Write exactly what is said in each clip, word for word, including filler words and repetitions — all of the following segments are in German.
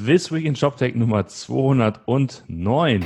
This Week in ShopTech Nummer zweihundertneun.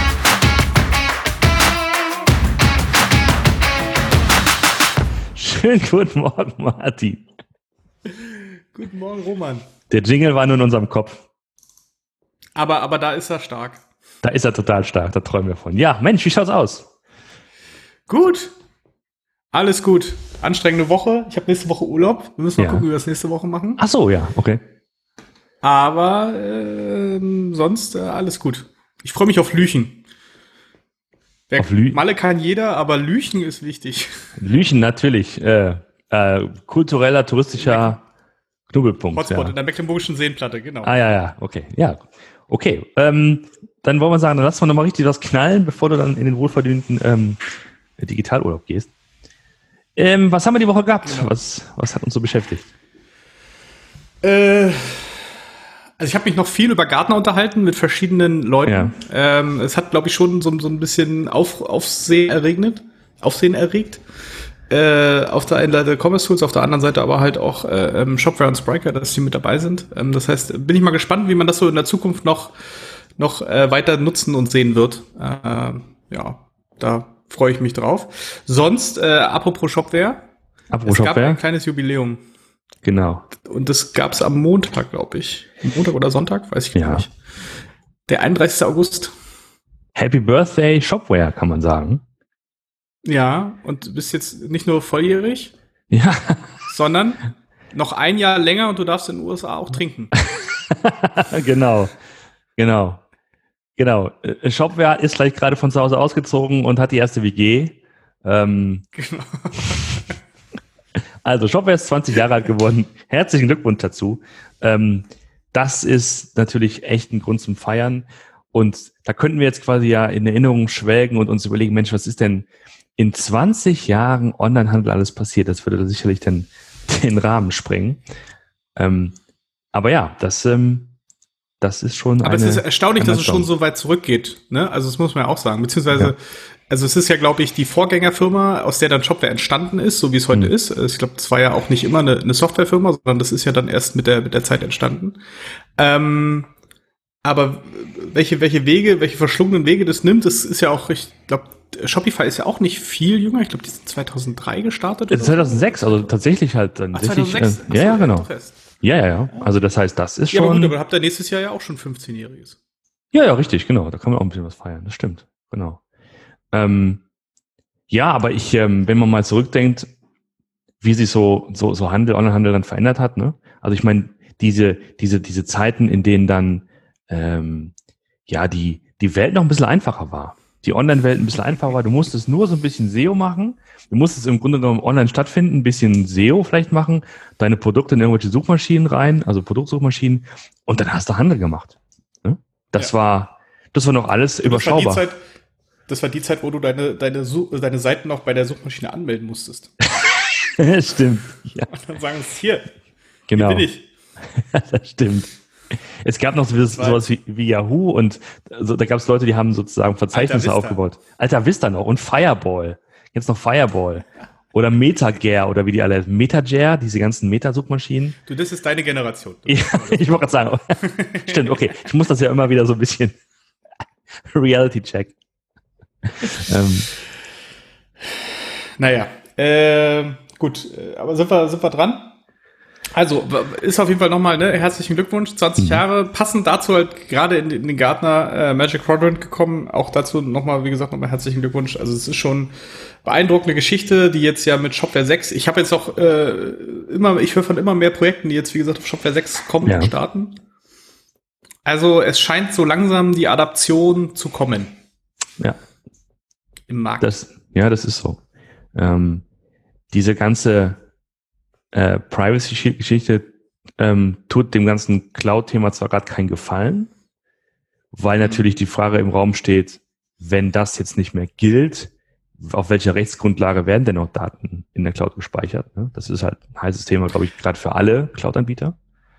Schönen guten Morgen, Martin. Guten Morgen, Roman. Der Jingle war nur in unserem Kopf. Aber, aber da ist er stark. Da ist er total stark, da träumen wir von. Ja, Mensch, wie schaut's aus? Gut. Alles gut. Anstrengende Woche. Ich habe nächste Woche Urlaub. Wir müssen mal Ja. gucken, wie wir das nächste Woche machen. Ach so, ja, okay. Aber ähm, sonst äh, alles gut. Ich freue mich auf Lüchen. Wer, Auf Lü- Malle kann jeder, aber Lüchen ist wichtig. Lüchen natürlich. Äh, äh, kultureller, touristischer Knubbelpunkt. Hotspot Ja. in der Mecklenburgischen Seenplatte, genau. Ah ja, ja, okay. Ja, okay. Ähm, dann wollen wir sagen, dann lass mal nochmal richtig was knallen, bevor du dann in den wohlverdienten ähm, Digitalurlaub gehst. Ähm, was haben wir die Woche gehabt? Genau. Was, was hat uns so beschäftigt? Äh, also ich habe mich noch viel über Gartner unterhalten mit verschiedenen Leuten. Ja. Ähm, es hat, glaube ich, schon so, so ein bisschen Auf, Aufsehen erregnet, Aufsehen erregt. Äh, auf der einen Seite Commerce Tools, auf der anderen Seite aber halt auch äh, ähm, Shopware und Spryker, dass die mit dabei sind. Ähm, das heißt, bin ich mal gespannt, wie man das so in der Zukunft noch, noch äh, weiter nutzen und sehen wird. Äh, ja, da freue ich mich drauf. Sonst, äh, apropos Shopware, Apropos es gab ein Shopware? kleines Jubiläum. Genau. Und das gab es am Montag, glaube ich. Montag oder Sonntag, weiß ich gar Ja. nicht. Der einunddreißigsten August. Happy Birthday Shopware, kann man sagen. Ja, und du bist jetzt nicht nur volljährig, Ja, sondern noch ein Jahr länger und du darfst in den U S A auch trinken. genau. Genau. Genau. Äh, Shopware ist gleich gerade von zu Hause ausgezogen und hat die erste W G. Ähm, Genau. Also, Shopware ist zwanzig Jahre alt geworden. Herzlichen Glückwunsch dazu. Ähm, das ist natürlich echt ein Grund zum Feiern. Und da könnten wir jetzt quasi ja in Erinnerung schwelgen und uns überlegen, Mensch, was ist denn in zwanzig Jahren Onlinehandel alles passiert? Das würde da sicherlich den, den Rahmen sprengen. Ähm, aber ja, das, ähm, das ist schon Aber eine, es ist erstaunlich, ein dass es schon Milestone. so weit zurückgeht. Ne? Also das muss man ja auch sagen. Beziehungsweise, Ja. also es ist ja, glaube ich, die Vorgängerfirma, aus der dann Shopware entstanden ist, so wie es heute Hm. ist. Ich glaube, das war ja auch nicht immer eine, eine Softwarefirma, sondern das ist ja dann erst mit der, mit der Zeit entstanden. Ähm, aber welche, welche Wege, welche verschlungenen Wege das nimmt, das ist ja auch, ich glaube, Shopify ist ja auch nicht viel jünger. Ich glaube, die sind zweitausenddrei gestartet. Äh, zweitausendsechs, also tatsächlich halt dann Ach, richtig. zweitausendsechs? Äh, Ach ja, so, ja, genau. doch erst. Ja, ja, ja. Also das heißt, das ist Ja, aber schon. gut, aber habt ihr nächstes Jahr ja auch schon fünfzehnjähriges. Ja, ja, richtig, genau. Da kann man auch ein bisschen was feiern. Das stimmt, genau. Ähm, ja, aber ich, ähm, wenn man mal zurückdenkt, wie sich so so so Handel, Onlinehandel dann verändert hat, ne? Also ich meine, diese diese diese Zeiten, in denen dann ähm, ja die die Welt noch ein bisschen einfacher war, die Online-Welt ein bisschen einfacher war. Du musstest nur so ein bisschen S E O machen. Du musstest im Grunde genommen online stattfinden, ein bisschen S E O vielleicht machen, deine Produkte in irgendwelche Suchmaschinen rein, also Produktsuchmaschinen, und dann hast du Handel gemacht. Ne? Das Ja. war das war noch alles überschaubar. Das war die Zeit, das war die Zeit, wo du deine, deine, Such, deine Seiten noch bei der Suchmaschine anmelden musstest. Stimmt. Ja, Und dann sagen sie, hier, genau. hier bin ich. Das stimmt. Es gab noch so, sowas wie, wie Yahoo und so, da gab es Leute, die haben sozusagen Verzeichnisse Alta Vista. aufgebaut. Alter Vista noch und Fireball. Jetzt noch Fireball. Oder Metager oder wie die alle heißen. Metager, diese ganzen Meta-Suchmaschinen. Du, das ist deine Generation. Du, Ja, ich wollte gerade sagen. Stimmt, okay. Ich muss das ja immer wieder so ein bisschen Reality-Check. ähm, Naja, äh, gut, äh, aber sind wir, sind wir dran? Also, w- ist auf jeden Fall nochmal, ne, herzlichen Glückwunsch, zwanzig Mhm. Jahre, passend dazu halt gerade in, in den Gartner äh, Magic Quadrant gekommen, auch dazu nochmal, wie gesagt, nochmal herzlichen Glückwunsch, also es ist schon beeindruckende Geschichte, die jetzt ja mit Shopware sechs, ich habe jetzt auch äh, immer, ich höre von immer mehr Projekten, die jetzt, wie gesagt, auf Shopware sechs kommen Ja. und starten. Also, es scheint so langsam die Adaption zu kommen ja. im Markt. Das, ja, das ist so. Ähm, diese ganze äh, Privacy-Geschichte ähm, tut dem ganzen Cloud-Thema zwar gerade keinen Gefallen, weil natürlich die Frage im Raum steht, wenn das jetzt nicht mehr gilt, auf welcher Rechtsgrundlage werden denn noch Daten in der Cloud gespeichert? Ne? Das ist halt ein heißes Thema, glaube ich, gerade für alle Cloud-Anbieter.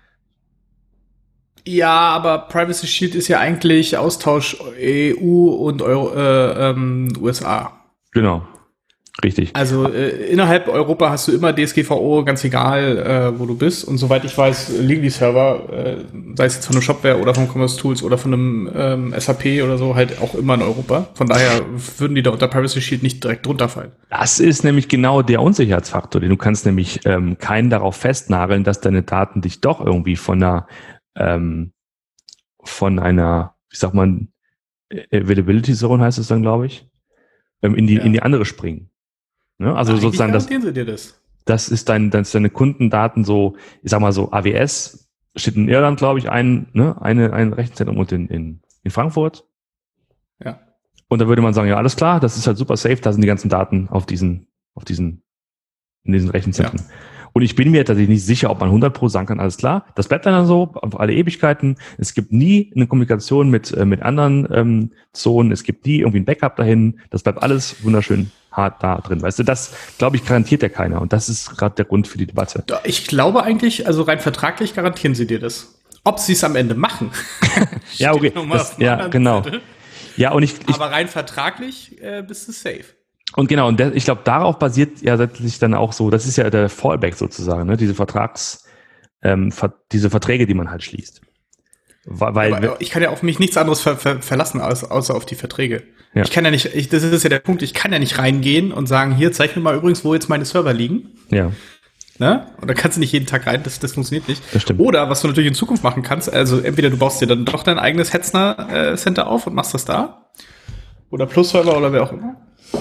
Ja, aber Privacy Shield ist ja eigentlich Austausch E U und Euro, äh, ähm, U S A. Genau. Richtig. Also äh, innerhalb Europa hast du immer D S G V O, ganz egal, äh, wo du bist. Und soweit ich weiß, liegen die Server, äh, sei es jetzt von einem Shopware oder von Commerce Tools oder von einem ähm, S A P oder so, halt auch immer in Europa. Von daher würden die da unter Privacy Shield nicht direkt drunter fallen. Das ist nämlich genau der Unsicherheitsfaktor, den du kannst nämlich ähm, keinen darauf festnageln, dass deine Daten dich doch irgendwie von einer, ähm, von einer, wie sagt man, Availability Zone heißt es dann, glaube ich, ähm, in die Ja. in die andere springen. Ne? Also Eigentlich sozusagen das, garantieren sie dir das. das ist dein, das ist deine Kundendaten so, ich sag mal so, A W S steht in Irland, glaube ich, ein, ne, eine, ein Rechenzentrum und in, in, in Frankfurt. Ja. Und da würde man sagen, ja, alles klar, das ist halt super safe, da sind die ganzen Daten auf diesen, auf diesen, in diesen Rechenzentren. Ja. Und ich bin mir tatsächlich nicht sicher, ob man hundert Pro sagen kann, alles klar, das bleibt dann so, auf alle Ewigkeiten. Es gibt nie eine Kommunikation mit, äh, mit anderen ähm, Zonen, es gibt nie irgendwie ein Backup dahin, das bleibt alles wunderschön hart da drin. Weißt du, das, glaube ich, garantiert ja keiner. Und das ist gerade der Grund für die Debatte. Ich glaube eigentlich, also rein vertraglich garantieren sie dir das. Ob sie es am Ende machen. Ja, okay. Das, ja, genau. Zettel. Ja, und ich, ich, aber rein vertraglich äh, bist du safe. Und genau, und der, ich glaube, darauf basiert ja letztlich dann auch so, das ist ja der Fallback sozusagen, ne? Diese Vertrags, ähm, ver, diese Verträge, die man halt schließt. Weil, aber ich kann ja auf mich nichts anderes ver, ver, verlassen, als, außer auf die Verträge. Ja. Ich kann ja nicht, ich, das ist ja der Punkt, ich kann ja nicht reingehen und sagen, hier, zeig mir mal übrigens, wo jetzt meine Server liegen. Ja. Ne? Und da kannst du nicht jeden Tag rein, das, das funktioniert nicht. Das stimmt. Oder, was du natürlich in Zukunft machen kannst, also entweder du baust dir dann doch dein eigenes Hetzner-Center äh, auf und machst das da. Oder Plus-Server oder wer auch immer.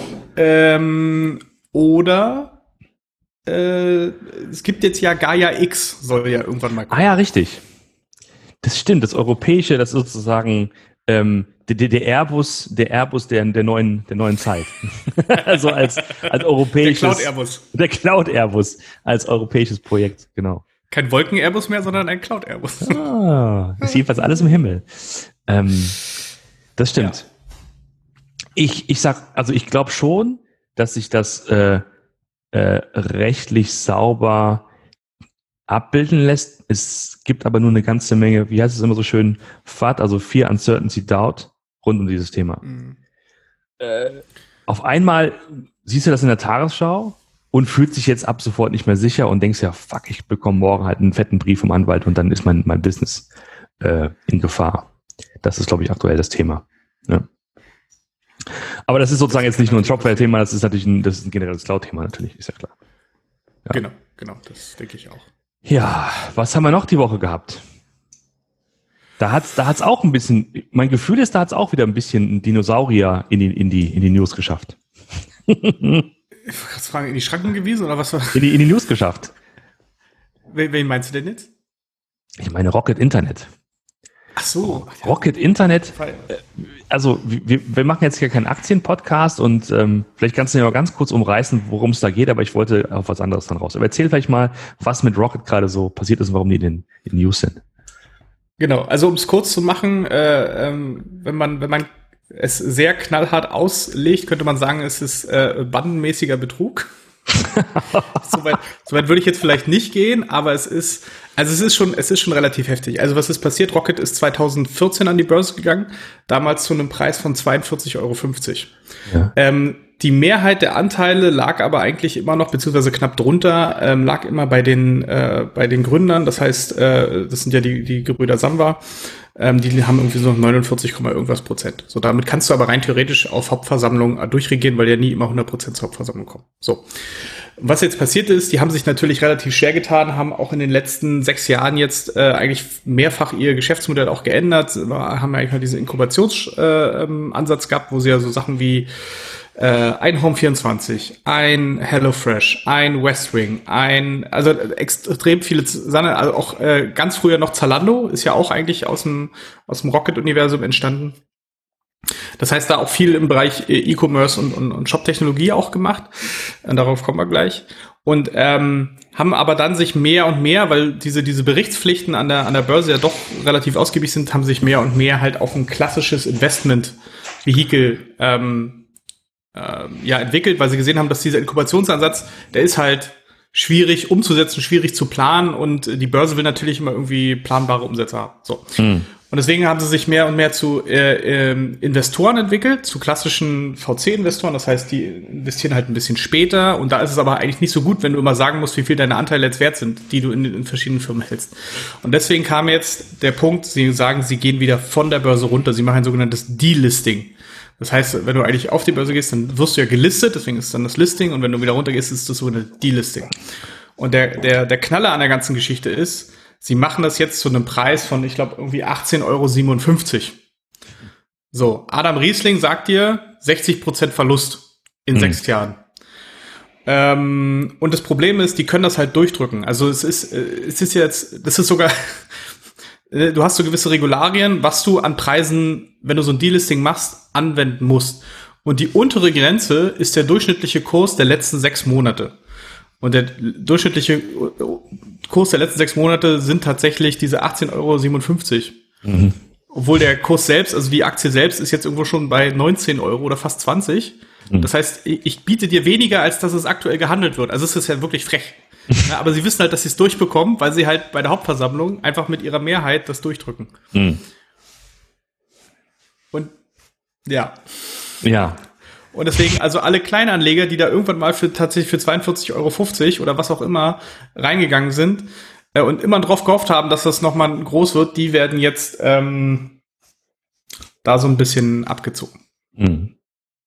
Ähm, oder äh, es gibt jetzt ja Gaia X, soll ja irgendwann mal kommen. Ah ja, richtig. Das stimmt, das europäische, das ist sozusagen ähm, der, der Airbus, der Airbus der, der neuen, der neuen Zeit. Also als, als europäisches. Der Cloud Airbus. Der Cloud Airbus als europäisches Projekt, genau. Kein Wolken Airbus mehr, sondern ein Cloud Airbus. Ah, ist jedenfalls alles im Himmel. Ähm, das stimmt. Ja. Ich, ich sag, also ich glaube schon, dass sich das äh, äh, rechtlich sauber abbilden lässt. Es gibt aber nur eine ganze Menge, wie heißt es immer so schön, F U D, also Fear, Uncertainty, Doubt, rund um dieses Thema. Mhm. Äh, auf einmal siehst du das in der Tagesschau und fühlt sich jetzt ab sofort nicht mehr sicher und denkst ja, fuck, ich bekomme morgen halt einen fetten Brief vom Anwalt und dann ist mein, mein Business äh, in Gefahr. Das ist, glaube ich, aktuell das Thema. Ja. Aber das ist sozusagen jetzt nicht nur ein Shopware-Thema, das ist natürlich ein, das ist ein generelles Cloud-Thema natürlich, ist ja klar. Ja. Genau, genau, das denke ich auch. Ja, was haben wir noch die Woche gehabt? Da hat's, da hat's auch ein bisschen, mein Gefühl ist, da hat's auch wieder ein bisschen ein Dinosaurier in die, in die, in die News geschafft. Ich wollte fragen, in die Schranken gewesen oder was war? In die, in die News geschafft. Wen, wen meinst du denn jetzt? Ich meine Rocket Internet. Ach so. Rocket Internet, also wir, wir machen jetzt hier keinen Aktien-Podcast und ähm, vielleicht kannst du ja mal ganz kurz umreißen, worum es da geht, aber ich wollte auf was anderes dann raus. Aber erzähl vielleicht mal, was mit Rocket gerade so passiert ist und warum die in den in News sind. Genau, also um es kurz zu machen, äh, ähm, wenn man wenn man es sehr knallhart auslegt, könnte man sagen, es ist äh, bandenmäßiger Betrug. Soweit so weit würde ich jetzt vielleicht nicht gehen, aber es ist, also es ist schon, es ist schon relativ heftig. Also was ist passiert? Rocket ist zwanzig vierzehn an die Börse gegangen, damals zu einem Preis von zweiundvierzig Euro fünfzig. Ja. Ähm, die Mehrheit der Anteile lag aber eigentlich immer noch, beziehungsweise knapp drunter, ähm, lag immer bei den, äh, bei den Gründern. Das heißt, äh, das sind ja die, die Gebrüder Samwa. Ähm, die haben irgendwie so neunundvierzig, irgendwas Prozent. So, damit kannst du aber rein theoretisch auf Hauptversammlungen durchregieren, weil ja nie immer hundert Prozent zur Hauptversammlung kommen. So. Was jetzt passiert ist, die haben sich natürlich relativ schwer getan, haben auch in den letzten sechs Jahren jetzt äh, eigentlich mehrfach ihr Geschäftsmodell auch geändert, haben eigentlich mal diesen Inkubationsansatz äh, gehabt, wo sie ja so Sachen wie äh, ein Home vierundzwanzig, ein HelloFresh, ein Westwing, ein, also extrem viele Sachen, also auch äh, ganz früher noch Zalando, ist ja auch eigentlich aus dem aus dem Rocket-Universum entstanden. Das heißt, da auch viel im Bereich E-Commerce und, und, und Shop-Technologie auch gemacht. Und darauf kommen wir gleich. Und ähm, haben aber dann sich mehr und mehr, weil diese diese Berichtspflichten an der an der Börse ja doch relativ ausgiebig sind, haben sich mehr und mehr halt auf ein klassisches Investment-Vehikel ähm, äh, ja entwickelt, weil sie gesehen haben, dass dieser Inkubationsansatz, der ist halt schwierig umzusetzen, schwierig zu planen und die Börse will natürlich immer irgendwie planbare Umsätze haben. So. Hm. Und deswegen haben sie sich mehr und mehr zu äh, ähm, Investoren entwickelt, zu klassischen V C-Investoren. Das heißt, die investieren halt ein bisschen später. Und da ist es aber eigentlich nicht so gut, wenn du immer sagen musst, wie viel deine Anteile jetzt wert sind, die du in, in verschiedenen Firmen hältst. Und deswegen kam jetzt der Punkt, sie sagen, sie gehen wieder von der Börse runter. Sie machen ein sogenanntes Delisting. Das heißt, wenn du eigentlich auf die Börse gehst, dann wirst du ja gelistet, deswegen ist dann das Listing. Und wenn du wieder runtergehst, ist das sogenannte Delisting. Und der, der, der Knaller an der ganzen Geschichte ist, sie machen das jetzt zu einem Preis von, ich glaube, irgendwie achtzehn Euro siebenundfünfzig. So, Adam Riesling sagt dir sechzig Prozent Verlust in mhm. sechs Jahren. Ähm, und das Problem ist, die können das halt durchdrücken. Also es ist, es ist jetzt, das ist sogar, du hast so gewisse Regularien, was du an Preisen, wenn du so ein Delisting machst, anwenden musst. Und die untere Grenze ist der durchschnittliche Kurs der letzten sechs Monate. Und der durchschnittliche Kurs der letzten sechs Monate sind tatsächlich diese achtzehn Euro siebenundfünfzig. Mhm. Obwohl der Kurs selbst, also die Aktie selbst, ist jetzt irgendwo schon bei neunzehn Euro oder fast zwanzig. Mhm. Das heißt, ich biete dir weniger, als dass es aktuell gehandelt wird. Also es ist ja wirklich frech. Ja, aber sie wissen halt, dass sie es durchbekommen, weil sie halt bei der Hauptversammlung einfach mit ihrer Mehrheit das durchdrücken. Mhm. Und ja. Ja. Und deswegen, also alle Kleinanleger, die da irgendwann mal für tatsächlich für zweiundvierzig Euro fünfzig oder was auch immer reingegangen sind äh, und immer drauf gehofft haben, dass das nochmal groß wird, die werden jetzt ähm, da so ein bisschen abgezogen. Mhm.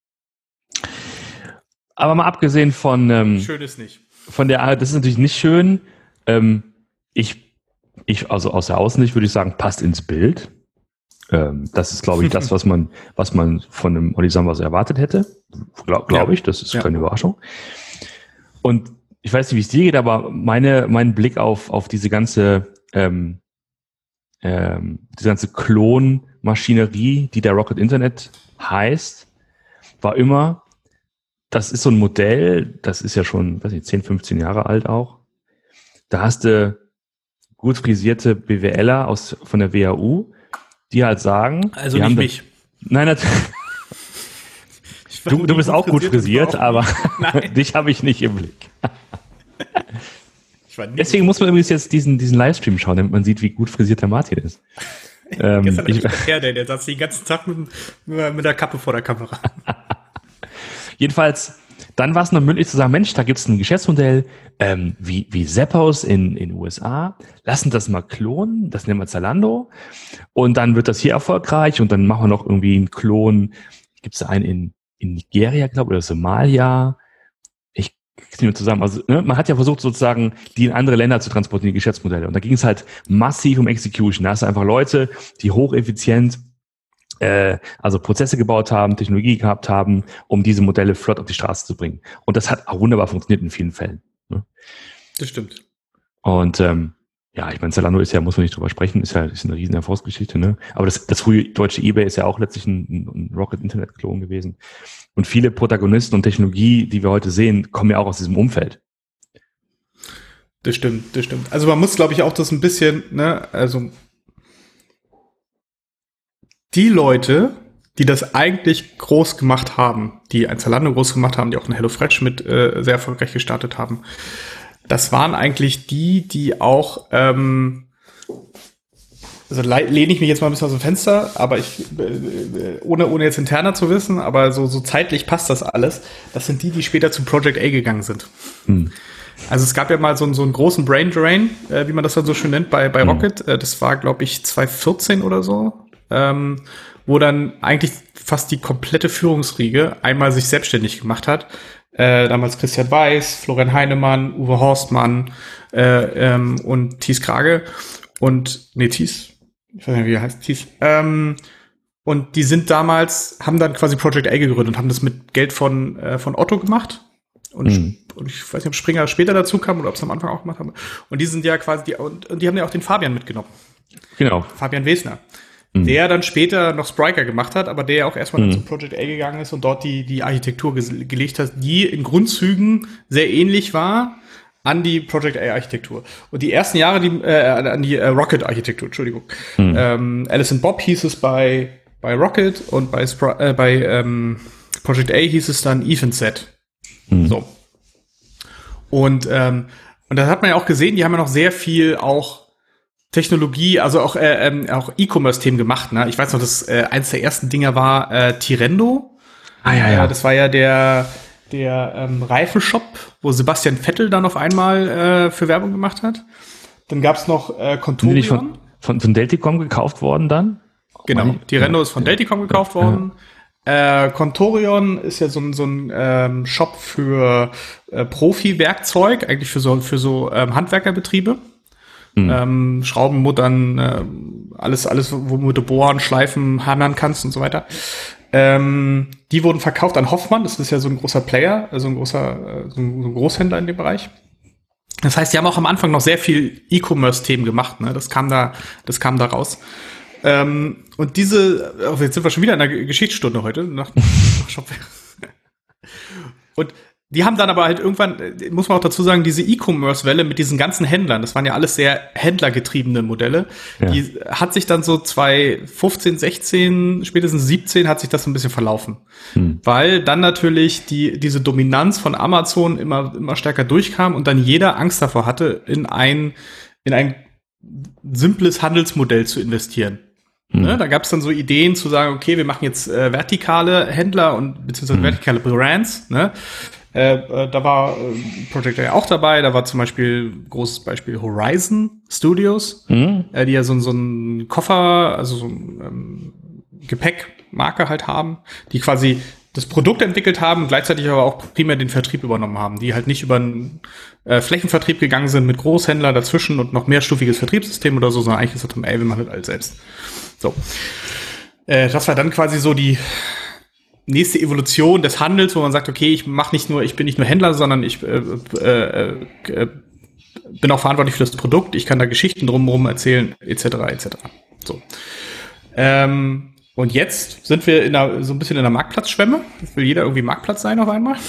Aber mal abgesehen von ähm, schön ist nicht. Von der, das ist natürlich nicht schön. Ähm, ich, ich, also aus der Außensicht würde ich sagen, passt ins Bild. Ähm, das ist, glaube ich, das, was man, was man von dem Olli Sambas erwartet hätte. Glaube glaub ich, das ist ja keine Überraschung. Und ich weiß nicht, wie es dir geht, aber meine, mein Blick auf, auf diese ganze, ähm, ähm, diese ganze Klonmaschinerie, die der Rocket Internet heißt, war immer, das ist so ein Modell, das ist ja schon, weiß ich, zehn, fünfzehn Jahre alt auch. Da hast du gut frisierte BWLer aus, von der W H U, die halt sagen, also nicht mich. Das, nein, natürlich. Du, du bist auch gut frisiert, aber dich habe ich nicht im Blick. Deswegen muss man übrigens jetzt diesen, diesen Livestream schauen, damit man sieht, wie gut frisiert der Martin ist. ähm, Gestern ich, der, der, der saß den ganzen Tag mit, mit der Kappe vor der Kamera. Jedenfalls, dann war es noch möglich zu sagen, Mensch, da gibt es ein Geschäftsmodell ähm, wie, wie Zappos in den U S A. Lassen das mal klonen, das nennen wir Zalando. Und dann wird das hier erfolgreich und dann machen wir noch irgendwie einen Klon. Gibt es einen in, in Nigeria, glaube ich, oder Somalia. Ich krieg's nicht mehr zusammen. Also ne, man hat ja versucht, sozusagen die in andere Länder zu transportieren, die Geschäftsmodelle. Und da ging es halt massiv um Execution. Da hast du einfach Leute, die hocheffizient Äh, also Prozesse gebaut haben, Technologie gehabt haben, um diese Modelle flott auf die Straße zu bringen. Und das hat auch wunderbar funktioniert in vielen Fällen. Ne? Das stimmt. Und ähm, ja, ich meine, Zalando ist ja, muss man nicht drüber sprechen, ist ja ist eine riesen Erfolgsgeschichte. Ne? Aber das, das frühe deutsche eBay ist ja auch letztlich ein, ein Rocket-Internet-Klon gewesen. Und viele Protagonisten und Technologie, die wir heute sehen, kommen ja auch aus diesem Umfeld. Das stimmt, das stimmt. Also man muss, glaube ich, auch das ein bisschen, ne, also die Leute, die das eigentlich groß gemacht haben, die ein Zalando groß gemacht haben, die auch ein HelloFresh mit äh, sehr erfolgreich gestartet haben, das waren eigentlich die, die auch, ähm, also lehne ich mich jetzt mal ein bisschen aus dem Fenster, aber ich, äh, ohne, ohne jetzt interner zu wissen, aber so, so zeitlich passt das alles, das sind die, die später zu Project A gegangen sind. Hm. Also es gab ja mal so, so einen großen Brain Drain, äh, wie man das dann so schön nennt, bei, bei hm. Rocket. Äh, das war, glaube ich, zwanzig vierzehn oder so. Ähm, wo dann eigentlich fast die komplette Führungsriege einmal sich selbstständig gemacht hat. Äh, damals Christian Weiß, Florian Heinemann, Uwe Horstmann äh, ähm, und Thies Krage. Und, nee, Thies, ich weiß nicht, wie er heißt, Thies. Ähm, und die sind damals, haben dann quasi Project A gegründet und haben das mit Geld von, äh, von Otto gemacht. Und, mhm. und ich weiß nicht, ob Springer später dazu kam oder ob sie am Anfang auch gemacht haben. Und die sind ja quasi, die, und, und die haben ja auch den Fabian mitgenommen. Genau. Fabian Wesner. Der dann später noch Spryker gemacht hat, aber der ja auch erstmal mhm. dann zu Project A gegangen ist und dort die, die Architektur ges- gelegt hat, die in Grundzügen sehr ähnlich war an die Project A-Architektur. Und die ersten Jahre, die äh, an die äh, Rocket-Architektur, Entschuldigung. Mhm. Ähm, Alice and Bob hieß es bei, bei Rocket und bei, Spry- äh, bei ähm, Project A hieß es dann Eve and Set. Mhm. So. Und, ähm, und da hat man ja auch gesehen, die haben ja noch sehr viel auch Technologie, also auch, äh, ähm, auch E-Commerce-Themen gemacht. Ne? Ich weiß noch, dass äh, eins der ersten Dinger war äh, Tirendo. Ah, ja, ja. Äh, das war ja der, der ähm, Reifenshop, wo Sebastian Vettel dann auf einmal äh, für Werbung gemacht hat. Dann gab's noch äh, Contorion. Sind die von, von, von Delticom gekauft worden dann? Genau, Tirendo ja, ist von ja, Delticom gekauft ja, worden. Ja. Äh, Contorion ist ja so ein, so ein ähm, Shop für äh, Profi-Werkzeug, eigentlich für so, für so ähm, Handwerkerbetriebe. Mhm. Ähm, Schrauben, Muttern, äh, alles, alles, womit du bohren, schleifen, hammern kannst und so weiter. Ähm, die wurden verkauft an Hoffmann, das ist ja so ein großer Player, also ein großer, äh, so ein, so ein Großhändler in dem Bereich. Das heißt, die haben auch am Anfang noch sehr viel E-Commerce-Themen gemacht, ne? Das kam da, das kam da raus. Ähm, und diese, oh, jetzt sind wir schon wieder in der Geschichtsstunde heute, nach, nach Shopware. Und die haben dann aber halt irgendwann, muss man auch dazu sagen, diese E-Commerce-Welle mit diesen ganzen Händlern, das waren ja alles sehr händlergetriebene Modelle, ja. Die hat sich dann so zwanzig fünfzehn, sechzehn, spätestens siebzehn hat sich das so ein bisschen verlaufen. Hm. Weil dann natürlich die diese Dominanz von Amazon immer immer stärker durchkam und dann jeder Angst davor hatte, in ein in ein simples Handelsmodell zu investieren. Hm. Ne, da gab es dann so Ideen zu sagen, okay, wir machen jetzt äh, vertikale Händler und beziehungsweise hm. vertikale Brands, ne? Äh, da war äh, Project A auch dabei, da war zum Beispiel, großes Beispiel, Horizon Studios, mhm. äh, die ja so, so einen Koffer, also so ein ähm, Gepäckmarke halt haben, die quasi das Produkt entwickelt haben, gleichzeitig aber auch primär den Vertrieb übernommen haben, die halt nicht über einen äh, Flächenvertrieb gegangen sind mit Großhändler dazwischen und noch mehrstufiges Vertriebssystem oder so, sondern eigentlich gesagt haben, ey, wir machen das alles selbst. So. Äh, das war dann quasi so die nächste Evolution des Handels, wo man sagt, okay, ich mache nicht nur, ich bin nicht nur Händler, sondern ich äh, äh, äh, bin auch verantwortlich für das Produkt, ich kann da Geschichten drumherum erzählen, et cetera, et cetera. So. Ähm, und jetzt sind wir in einer, so ein bisschen in einer Marktplatzschwemme. Jetzt will jeder irgendwie Marktplatz sein auf einmal.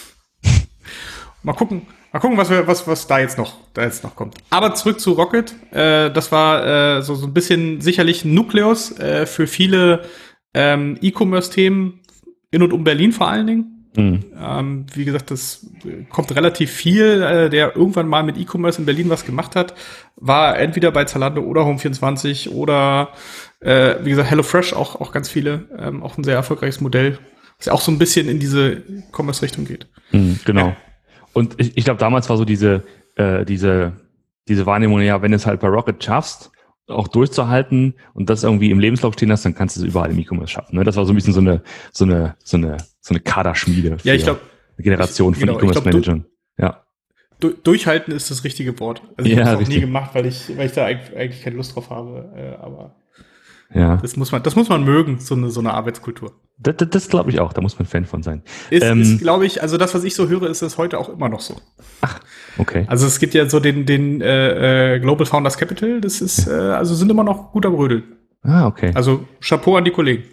Mal gucken, mal gucken, was wir, was, was da jetzt noch, da jetzt noch kommt. Aber zurück zu Rocket. Äh, das war äh, so so ein bisschen sicherlich ein Nukleus äh, für viele ähm, E-Commerce-Themen. In und um Berlin vor allen Dingen. Mhm. Ähm, wie gesagt, das kommt relativ viel, äh, der irgendwann mal mit E-Commerce in Berlin was gemacht hat, war entweder bei Zalando oder Home vierundzwanzig oder, äh, wie gesagt, HelloFresh, auch, auch ganz viele, ähm, auch ein sehr erfolgreiches Modell, was ja auch so ein bisschen in diese E-Commerce-Richtung geht. Mhm, genau. Ja. Und ich, ich glaube, damals war so diese, äh, diese, diese Wahrnehmung, ja, wenn du es halt bei Rocket schaffst, auch durchzuhalten und das irgendwie im Lebenslauf stehen hast, dann kannst du es überall im E-Commerce schaffen. Ne? Das war so ein bisschen so eine so eine so eine so eine Kaderschmiede für ja, ich glaub, eine Generation ich, von genau, E-Commerce-Managern. Ja. Du, durchhalten ist das richtige Wort. Also ich ja, habe es auch richtig. nie gemacht, weil ich weil ich da eigentlich, eigentlich keine Lust drauf habe. Äh, aber ja. das muss man das muss man mögen, so eine so eine Arbeitskultur. Das, das, das glaube ich auch. Da muss man Fan von sein. Ist, ähm, ist glaube ich, also das, was ich so höre, ist es heute auch immer noch so. Ach, okay. Also es gibt ja so den, den äh, Global Founders Capital, das ist, äh, also sind immer noch guter Brödel. Ah, okay. Also Chapeau an die Kollegen.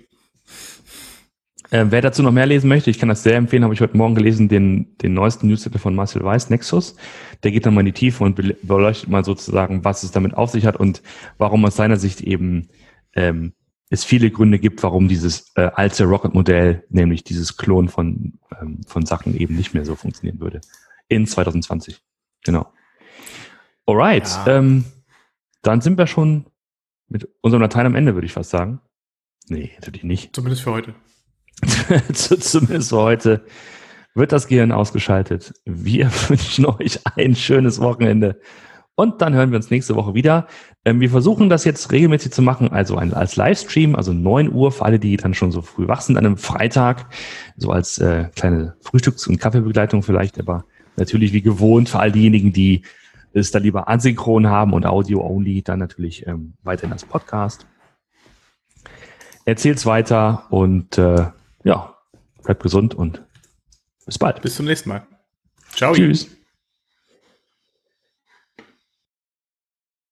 Äh, wer dazu noch mehr lesen möchte, ich kann das sehr empfehlen, habe ich heute Morgen gelesen, den, den neuesten Newsletter von Marcel Weiß, Nexus. Der geht dann mal in die Tiefe und beleuchtet mal sozusagen, was es damit auf sich hat und warum aus seiner Sicht eben ähm, es viele Gründe gibt, warum dieses äh, alte Rocket-Modell, nämlich dieses Klon von, ähm, von Sachen eben nicht mehr so funktionieren würde. In zwanzig zwanzig. Genau. Alright. Ja. Ähm, dann sind wir schon mit unserem Latein am Ende, würde ich fast sagen. Nee, natürlich nicht. Zumindest für heute. Zumindest für heute wird das Gehirn ausgeschaltet. Wir wünschen euch ein schönes Wochenende. Und dann hören wir uns nächste Woche wieder. Ähm, wir versuchen das jetzt regelmäßig zu machen, also ein, als Livestream, also neun Uhr für alle, die dann schon so früh wach sind an einem Freitag, so als äh, kleine Frühstücks- und Kaffeebegleitung vielleicht, aber natürlich wie gewohnt für all diejenigen, die es da lieber asynchron haben und Audio-only, dann natürlich ähm, weiterhin als Podcast. Erzählt's weiter und äh, ja, bleibt gesund und bis bald. Bis zum nächsten Mal. Ciao. Tschüss.